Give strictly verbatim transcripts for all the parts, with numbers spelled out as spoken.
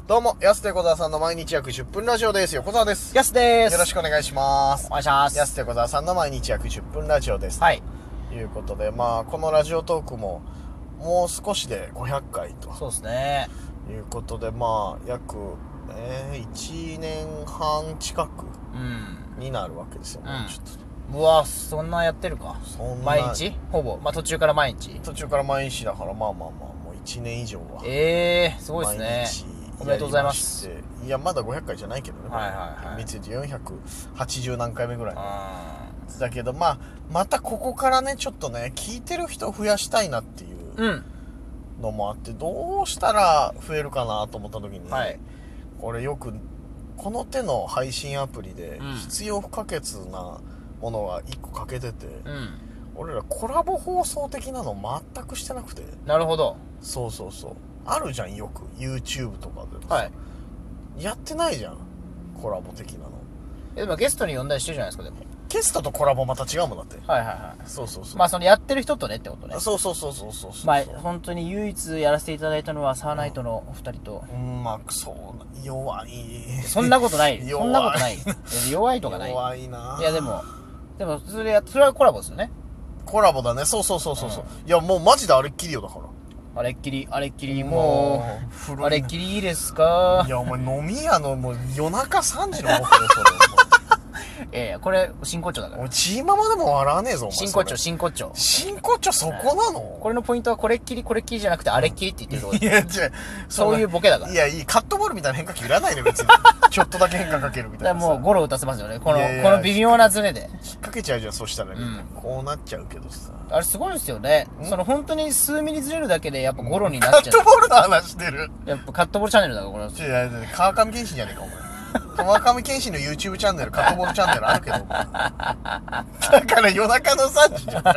どうも、安手小沢さんの毎日約じゅっぷんラジオです。横澤です。 やすです。 よろしくお願いします。 お願いします。 安手小沢さんの毎日約じゅっぷんラジオです。 はい。 ということで、まあ、このラジオトークも、もう少しでごひゃっかいと。 そうですね。 いうことで、まあ、約、えー、いちねんはん近くになるわけですよね。 うん、 ちょっとうわ、そんなやってるか。 そんな毎日ほぼ。まあ途中から毎日途中から毎日だから、まあまあまあ、もういちねん以上は。 ええー、すごいですね。 毎日おめでとうございます。 いや、まだごひゃっかいじゃないけどね。 はいはいはい。 厳密に言うとよんひゃくはちじゅう何回目ぐらい。だけど、まあ、またここからね、ちょっとね、聞いてる人を増やしたいなっていうのもあって、うん、どうしたら増えるかなと思った時に、はい、これよく、この手の配信アプリで必要不可欠なものがいっこ欠けてて、うん、俺らコラボ放送的なの全くしてなくて。 なるほど。 そうそうそう。あるじゃん、よく YouTube とかでもさ、はい、やってないじゃん、コラボ的なの。 でもゲストに呼んだりしてるじゃないですか。でもゲストとコラボまた違うもんだって。 はいはいはい。 そうそうそう。 まあそのやってる人とねってことね。 そうそうそうそうそうそう。 まあ本当に唯一やらせていただいたのはサーナイトのお二人と。 うん、まあそう弱い。 そんなことない。そんなことない。弱いとかない。 弱いな。 いやでもでもそれやそれはコラボですよね。 コラボだね。そうそうそうそうそう、うん。いやもうマジであれっきりよだから。あれっきり、あれっきり、もう、あれっきりいいですか？ いや、お前飲み屋のもう夜中さんじのボケでそれ。 ええ、これ、真骨頂だから。 お前、チーママでも笑わねえぞ、お前。 真骨頂、真骨頂。 真骨頂そこなの？ これのポイントはこれっきり、これっきりじゃなくて、あれっきりって言ってるところ。 いや、違う。 そういうボケだから。 いや、いい。カットボールみたいな変化球いらないね、別に。ちょっとだけ変化かけるみたいな。 もう、ゴロ打たせますよね。この、この微妙なズレで。 引っ掛けちゃうじゃん、そしたらね。こうなっちゃうけどさ。 あれすごいですよね。その本当に数ミリずれるだけでやっぱゴロになっちゃう。 カットボールの話してる。 やっぱカットボールチャンネルだからこれ。 いやいや、川上健信じゃねえかお前。川上健信の YouTube チャンネル、カットボールチャンネルあるけど。だから夜中のさんじだから。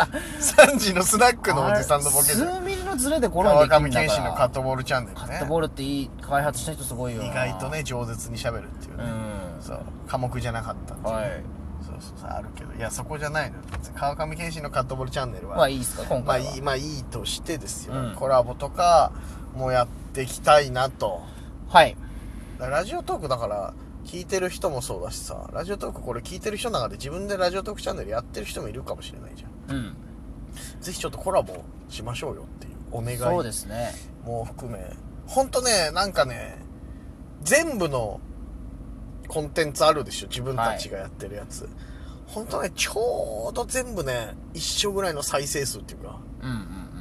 さんじのスナックのおじさんのボケで。 数ミリのズレでゴロにできるんだから。 川上健信のカットボールチャンネルね。 カットボールっていい開発した人すごいよ。 意外とね饒舌に喋るっていうね。うん。そう。寡黙じゃなかったっていう。はい。そうそうそう、あるけど、いやそこじゃないのよ。川上健信のカットボールチャンネルはまあいいですか今回は。 まあいい、まあいいとしてですよ、うん、コラボとかもやっていきたいなと。 はい。 ラジオトークだから聞いてる人もそうだしさ、ラジオトークこれ聞いてる人の中で自分でラジオトークチャンネルやってる人もいるかもしれないじゃん。うん。ぜひちょっとコラボしましょうよっていうお願い。 そうですね。 もう含め、ほんとね、なんかね、全部のコンテンツあるでしょ、自分たちがやってるやつ。はい、ほんとね、ちょうど全部ね、一緒ぐらいの再生数っていうか、うんうんうん、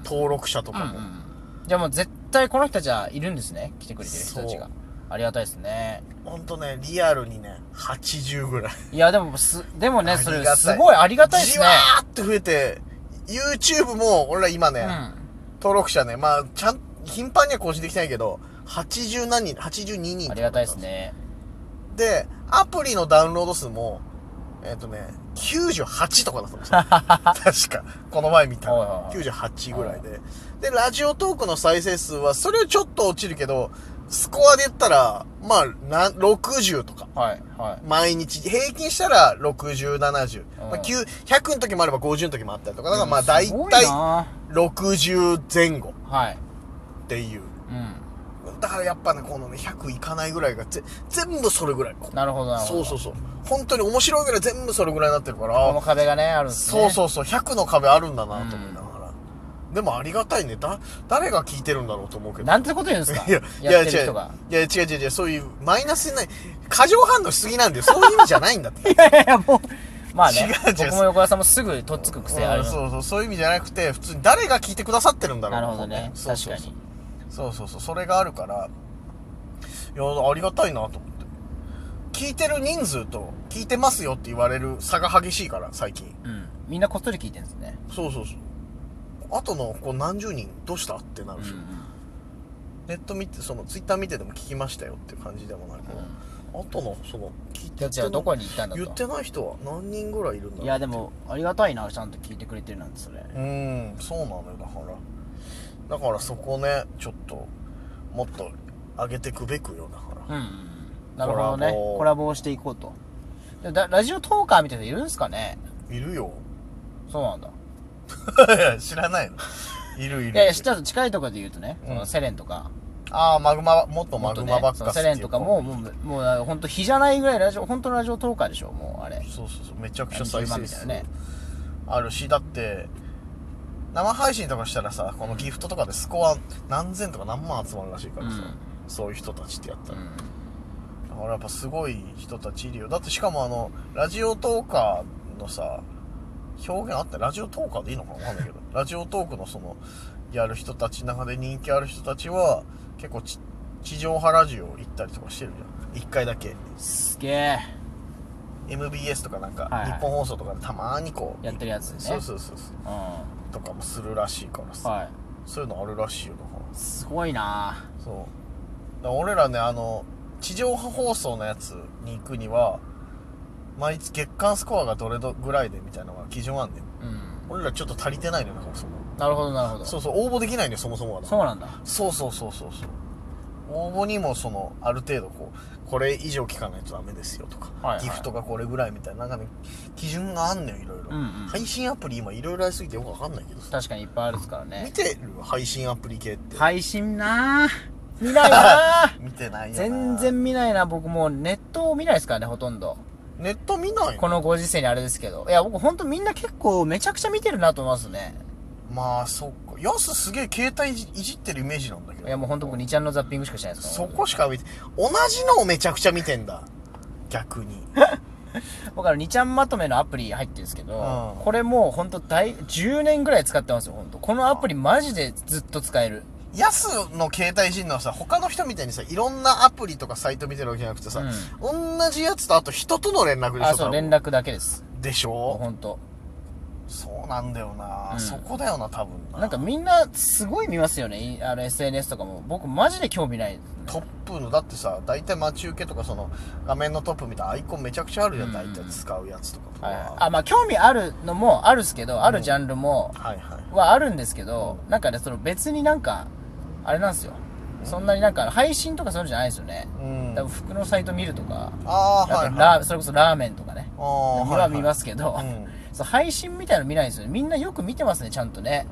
登録者とかも。うんうん、 じゃあもう絶対この人たちはいるんですね、来てくれてる人たちが。ありがたいですね。 ほんとね、リアルにね、はちじゅうぐらい。 いや、でも、す、でもね、それ、すごいありがたいですね。 じわーって増えて、YouTube も、俺ら今ね、うん、登録者ね、まあ、ちゃん、頻繁には更新できてないけど、はちじゅう何人、はちじゅうににん。 ありがたいですね。 で、アプリのダウンロード数も、えっとね、きゅうじゅうはちとかだったんですよ。確か。この前見たら。きゅうじゅうはちぐらいで。で、ラジオトークの再生数は、それをちょっと落ちるけど、スコアで言ったら、まあ、な、ろくじゅうとか。はい、はい。毎日、平均したらろくじゅう、ななじゅう。まあ、きゅう、ひゃくの時もあればごじゅうの時もあったりとか。だからまあ、だいたいろくじゅうぜん後。はい。っていう。うん。だからやっぱね、このね、ひゃくいかないぐらいがぜ、全部それぐらい。 なるほどなるほど。 そうそうそう。本当に面白いぐらい全部それぐらいになってるから。 この壁がね、あるんですね。 そうそうそう。ひゃくの壁あるんだなと思いながら。うん、でもありがたいね。だ、誰が聞いてるんだろうと思うけど。 なんてこと言うんですか？ いや、いや、違う。いや、違う違う違う。そういう、マイナスにない、過剰反応しすぎなんで、そういう意味じゃないんだって。 いやいや、もう。まあね。違う違う。僕も横田さんもすぐとっつく癖ある。 そうそう、そういう意味じゃなくて、普通に誰が聞いてくださってるんだろう。 なるほどね。 そうそう確かに。 そうそうそう、それがあるから、いや、ありがたいなと思って。聞いてる人数と、聞いてますよって言われる差が激しいから、最近。 うん。みんなこっそり聞いてるんですね。 そうそうそう。あとのこう何十人どうしたってなるし、うんうん、ネット見てそのツイッター見てでも聞きましたよっていう感じでもないから、うん、あとのその聞いてじゃあどこに行ったんだと言ってない人は何人ぐらいいるんだろう。 いやでもありがたいな、ちゃんと聞いてくれてるなんてそれ。 うん、そうなのよ。だからだからそこねちょっともっと上げてくべくよ。だから、うん、うん、 なるほどね。コラボをしていこうと。だラジオトーカーみたいな人いるんですかね。 いるよ。 そうなんだ。 いや知らないの。いるいる。 いやいや、ちょっと近いところで言うとね、うん、そのセレンとか。 ああ、マグマ、もっとマグマバッカスっていう、 ね、セレンとかも、もう、もう、ほんと日じゃないぐらいラジオ、本当のラジオトーカーでしょ、もう、あれ。 そうそうそう、めちゃくちゃ再生数あるし、だって、生配信とかしたらさ、このギフトとかでスコア何千とか何万集まるらしいからさ、うん、そういう人たちってやったら。うん、だからやっぱすごい人たちいるよ。だってしかもあの、ラジオトーカーのさ、表現あって、ラジオトーカーでいいのかわかんないけど、ラジオトークのその、やる人たちの中で人気ある人たちは、結構ち地上波ラジオ行ったりとかしてるじゃん。一回だけ。 すげえ。 エムビーエス とかなんか、はいはい、日本放送とかでたまーにこう。 やってるやつね。 そうそうそうそう。うん。とかもするらしいからさ。はい。そういうのあるらしいよな。 すごいな。 そう。だから俺らね、あの、地上波放送のやつに行くには、毎月月間スコアがどれぐらいでみたいなのが基準あんねん。うん。俺らちょっと足りてないのよ、そも。 なるほどなるほど。 そうそう、応募できないのよ、そもそもは。 そうなんだ。 そうそうそうそうそう。応募にもその、ある程度こう、これ以上聞かないとダメですよとか、はいはい、ギフトがこれぐらいみたいな、なんかね、基準があんのよ、いろいろ。うんうん、配信アプリ今いろいろありすぎてよくわかんないけどさ。 確かにいっぱいあるですからね。 見てる配信アプリ系って。 配信なぁ。見ないなぁ。 見てないよな。 全然見ないな、僕もうネットを見ないですからね、ほとんど。 ネット見ないの？ このご時世にあれですけど。いや、僕ほんとみんな結構めちゃくちゃ見てるなと思いますね。 まあ、そっか。ヤスすげえ携帯いじってるイメージなんだけど。 いや、もうほんと僕にちゃんのザッピングしかしないですから。 そこしか見て、同じのをめちゃくちゃ見てんだ。逆に。 僕あのにちゃんまとめのアプリ入ってるんですけど、うん、これもうほんと大、じゅうねんぐらい使ってますよ、ほんと。このアプリマジでずっと使える。 ヤスの携帯いじるのはさ、他の人みたいにさ、いろんなアプリとかサイト見てるわけじゃなくてさ、うん、同じやつとあと人との連絡でしょ。 あ、そう、連絡だけです。 でしょ？ ほんと。 そうなんだよな、うん、そこだよな、多分な。 なんかみんなすごい見ますよね、あの エスエヌエス とかも。僕マジで興味ない、ね。 トップの、だってさ、大体待ち受けとかその、画面のトップみたいなアイコンめちゃくちゃあるじゃん、大体使うやつとか。 はいはい、あ、まあ興味あるのもあるっすけど、うん、あるジャンルも、はいはい。はあるんですけど、うん、なんかね、その別になんか、あれなんですよ。そんなになんか配信とかそういうのじゃないですよね。うん。多分服のサイト見るとか、ああ、はい、はい。それこそラーメンとかね。ああ、は見ますけど、はいはい、うん、そう配信みたいなの見ないんですよね。みんなよく見てますね、ちゃんとね。 うん。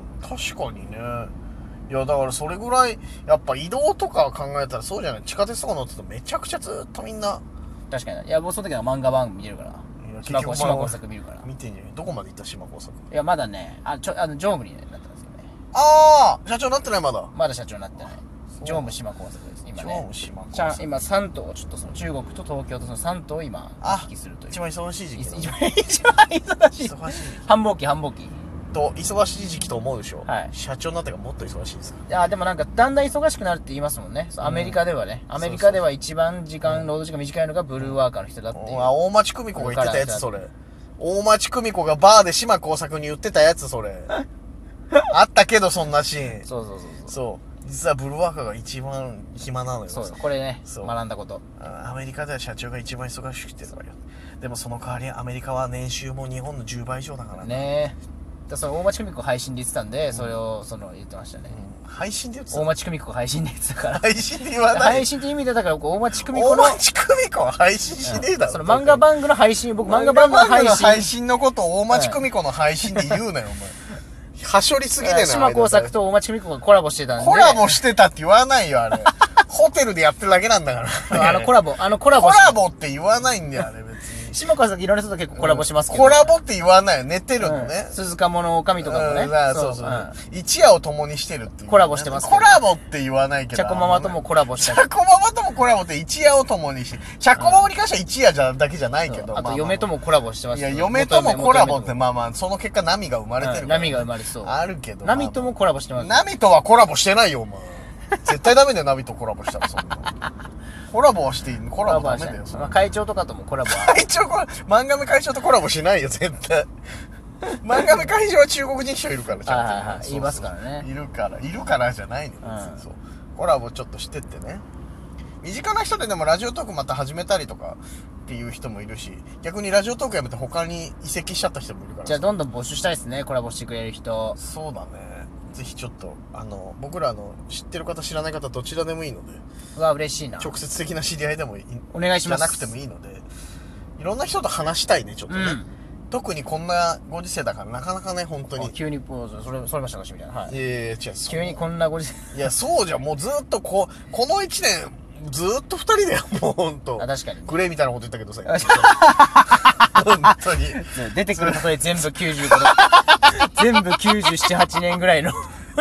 確かにね。いや、だからそれぐらい、やっぱ移動とか考えたらそうじゃない。地下鉄とか乗ってたらめちゃくちゃずっとみんな。 確かに。いや、僕その時は漫画番組見てるから。島工作見るから。 見てんじゃん。どこまで行った島工作？ いや、まだね、あ、ちょ、あの、常務になったんですよね。 ああ、社長になってないまだ。 まだ社長になってない。常務島工作です。今ね。常務島工作。今さん島、ちょっとその中国と東京とそのさん島を今、行き来するという。 一番忙しい時期。 一番、一番忙しい。忙しい。繁忙期、繁忙期。 と、忙しい時期と思うでしょ。はい。社長になってからもっと忙しいですか？ いや、でもなんか、だんだん忙しくなるって言いますもんね。アメリカではね。アメリカでは一番時間、労働時間短いのがブルーワーカーの人だっていう。 あ、大町久美子が言ってたやつ、それ。大町久美子がバーで島工作に言ってたやつ、それ。あったけど、そんなシーン。そうそうそうそう。そう。実はブルーワーカーが一番暇なのよ。 そう、これね、学んだこと。 アメリカでは社長が一番忙しくてるわよ。でもその代わりアメリカは年収も日本のじゅうばい以上だからね。ねえ。だその大町久美子配信で言ってたんで、うん、それをその言ってましたね。うん、配信で言ってた？ 大町久美子配信で言ってたから。 配信で言わない。 配信って意味でだから大町久美子の。 大町久美子は配信しねえだろ。 うん、その漫画番組の配信、僕漫画番組の配信。 配信のことを大町久美子の配信で言うなよ、お前。はしょりすぎねえな。 島工作と大町久美子がコラボしてたんで。 コラボしてたって言わないよ、あれ。ホテルでやってるだけなんだから。 あのコラボ、あのコラボ。 コラボって言わないんだよ、あれ別に。 島工作いろんな人と結構コラボしますけど。 コラボって言わないよ、寝てるのね。 鈴鹿ものおかみとかもね。 そうそう。一夜を共にしてるっていう。 コラボしてます。 コラボって言わないけど。 チャコママともコラボしてチャコママともコラボって一夜を共にして。チャコママに関しては一夜じゃだけじゃないけど。 あと嫁ともコラボしてます。 いや、嫁ともコラボってまあまあ、その結果ナミが生まれてるから。 ナミが生まれそう。 あるけど。 ナミともコラボしてます。 ナミとはコラボしてないよ、お前。絶対ダメだよ、ナミとコラボしたら、そんな。コラボはしていいの？コラボダメだよ。 まあ、会長とかともコラボは。 会長、漫画の会長とコラボしないよ、絶対。漫画の会長は中国人人いるから、ちゃんと。言いますからね。 いるから、いるからじゃないのよ、別にそう。コラボちょっとしてってね。身近な人ででもラジオトークまた始めたりとかっていう人もいるし、逆にラジオトークやめて他に移籍しちゃった人もいるから。 じゃあどんどん募集したいですね、コラボしてくれる人。 そうだね。ぜひちょっと、あの、僕らの知ってる方知らない方どちらでもいいので。 うわ、嬉しいな。 直接的な知り合いでもいい。 お願いします。 じゃなくてもいいので。いろんな人と話したいね、ちょっとね。うん、 特にこんなご時世だからなかなかね、本当に。 急にポーズ、それ、それましたかしみたいな。はい。 いやいや、違う。 急にこんなご時世。 いや、そうじゃん。もうずっとこ、この一年、ずっと二人だよ、もうほんと。 あ、確かに。 グレーみたいなこと言ったけどさ。本当に。 出てくる例え全部きゅうじゅうご全部きゅうじゅうなな、はちねんぐらいの。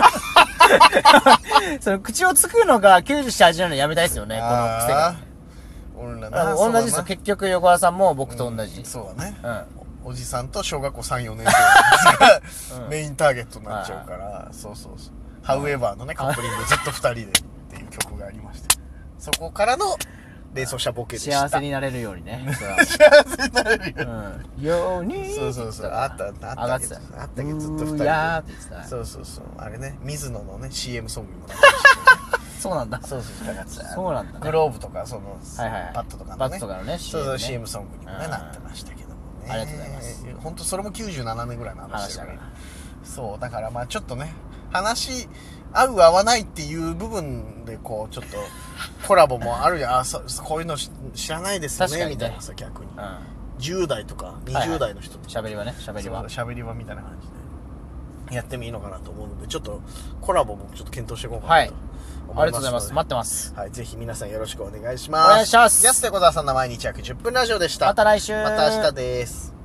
その口をつくのがきゅうじゅうなな、はちねんのやめたいですよね、この癖が。俺らな。同じですよ。結局横原さんも僕と同じ。 うん、そうだね。 うん。 おじさんと小学校さん、よねん生がメインターゲットになっちゃうから、そうそうそう。ハウエバーのね、カップリングずっと二人でっていう曲がありまして。そこからの連想したボケでした。 幸せになれるようにね。 幸せになれるように。 うん。ように。 そうそうそう。あったあったあった。あったけど、あったけどずっと二人で。そうそうそう。あれね、水野のね、シーエム ソングにもなってましたね。 そうなんだ。 そうそうそう。 そうなんだ。 グローブとか、その、パッドとかのね。 パッドとかのね、 そうそう、シーエム ソングにもね、なってましたけどもね。 ありがとうございます。 本当それもきゅうじゅうななねんぐらいの話だから。そう、だからまあちょっとね、話、合う合わないっていう部分でこうちょっとコラボもあるやん。あ、そこういうの知らないですよねみたいなさ、逆に、うん、じゅう代とかにじゅう代の人としゃべりはね、しゃべりはしゃべりはみたいな感じでやってもいいのかなと思うので、ちょっとコラボもちょっと検討していこうかなと思います。はい、ありがとうございます。待ってます。はい、ぜひ皆さんよろしくお願いします。 お願いします。 安手小沢さんの毎日約じゅっぷんラジオでした。 また来週。 また明日です。